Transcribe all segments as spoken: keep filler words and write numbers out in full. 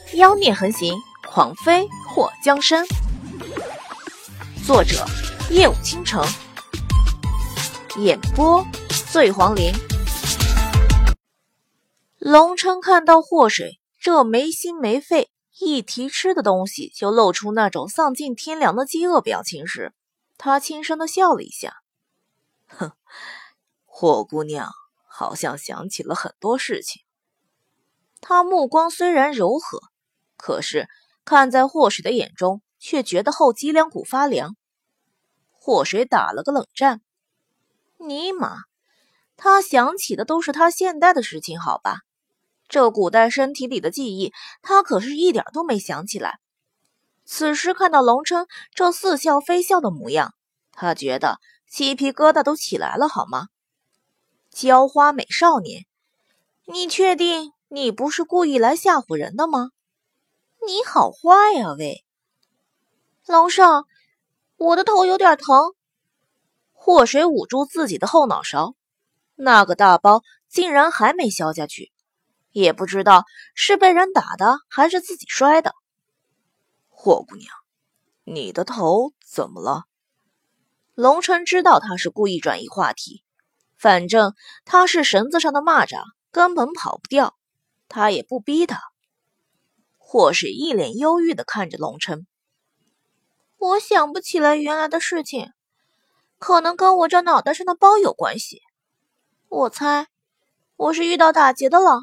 妖孽横行，狂妃祸江山。作者：夜舞倾城，演播：醉黄林。龙琛看到祸水这没心没肺，一提吃的东西就露出那种丧尽天良的饥饿表情时，他轻声的笑了一下。哼，霍姑娘好像想起了很多事情。他目光虽然柔和，可是看在祸水的眼中，却觉得后脊梁骨发凉。祸水打了个冷战。尼玛，他想起的都是他现代的事情，好吧？这古代身体里的记忆，他可是一点都没想起来。此时看到龙琛这似笑非笑的模样，他觉得鸡皮疙瘩都起来了，好吗？娇花美少年，你确定你不是故意来吓唬人的吗？你好坏呀，喂！龙少，我的头有点疼。祸水捂住自己的后脑勺，那个大包竟然还没消下去，也不知道是被人打的还是自己摔的。霍姑娘，你的头怎么了？龙琛知道他是故意转移话题，反正他是绳子上的蚂蚱，根本跑不掉，他也不逼他。祸水一脸忧郁地看着龙琛，我想不起来原来的事情，可能跟我这脑袋上的包有关系。我猜我是遇到打劫的了，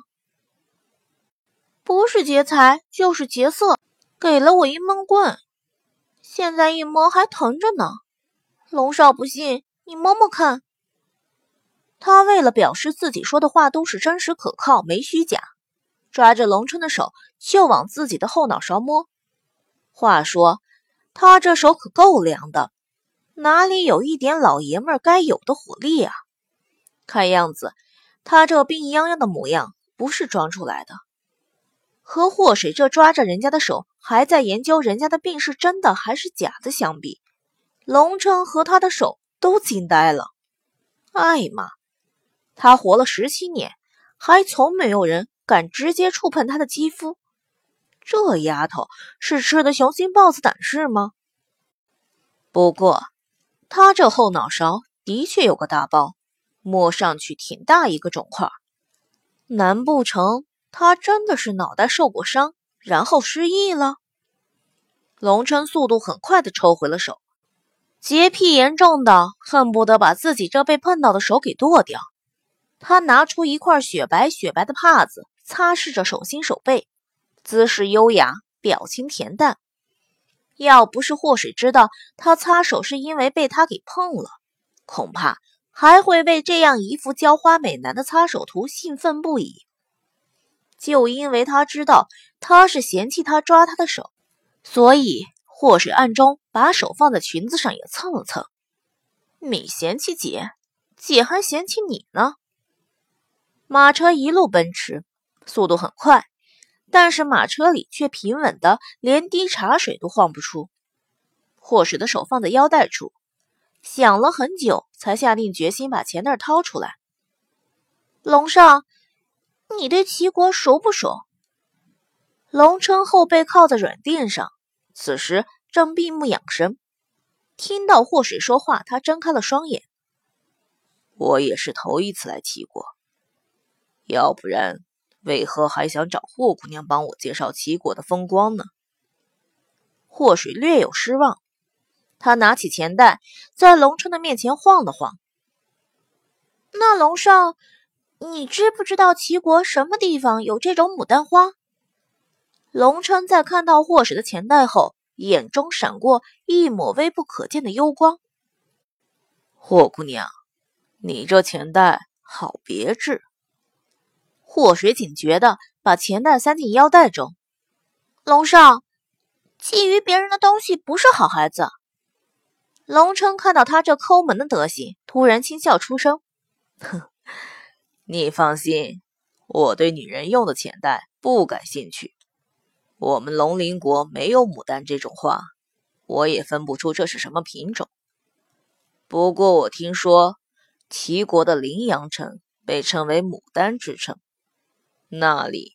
不是劫财就是劫色，给了我一闷棍，现在一摸还疼着呢。龙少不信，你摸摸看。他为了表示自己说的话都是真实可靠，没虚假，抓着龙琛的手就往自己的后脑勺摸。话说他这手可够凉的，哪里有一点老爷们该有的火力啊？看样子他这病殃殃的模样不是装出来的。和祸水这抓着人家的手还在研究人家的病是真的还是假的相比，龙琛和他的手都惊呆了。艾玛，他活了十七年，还从没有人敢直接触碰他的肌肤。这丫头是吃的雄心豹子胆是吗？不过他这后脑勺的确有个大包，摸上去挺大一个肿块。难不成他真的是脑袋受过伤，然后失忆了？龙琛速度很快地抽回了手，洁癖严重的恨不得把自己这被碰到的手给剁掉。他拿出一块雪白雪白的帕子，擦拭着手心手背，姿势优雅，表情恬淡。要不是祸水知道他擦手是因为被他给碰了，恐怕还会为这样一副娇花美男的擦手图兴奋不已。就因为他知道他是嫌弃他抓他的手，所以祸水暗中把手放在裙子上也蹭了蹭。你嫌弃姐，姐还嫌弃你呢。马车一路奔驰，速度很快，但是马车里却平稳的连滴茶水都晃不出。祸水的手放在腰带处，想了很久才下定决心把钱袋掏出来。龙少，你对齐国熟不熟？龙琛后背靠在软垫上，此时正闭目养神。听到祸水说话，他睁开了双眼。我也是头一次来齐国，要不然为何还想找霍姑娘帮我介绍齐国的风光呢？祸水略有失望，他拿起钱袋在龙琛的面前晃了晃。那龙少，你知不知道齐国什么地方有这种牡丹花？龙琛在看到祸水的钱袋后，眼中闪过一抹微不可见的幽光。霍姑娘，你这钱袋好别致。祸水警觉地把钱袋塞进腰带中。龙少，觊觎别人的东西不是好孩子。龙琛看到他这抠门的德行，突然轻笑出声。哼，你放心，我对女人用的钱袋不感兴趣。我们龙鳞国没有牡丹这种花，我也分不出这是什么品种。不过我听说齐国的临阳城被称为牡丹之城，那里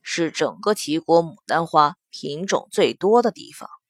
是整个齐国牡丹花品种最多的地方。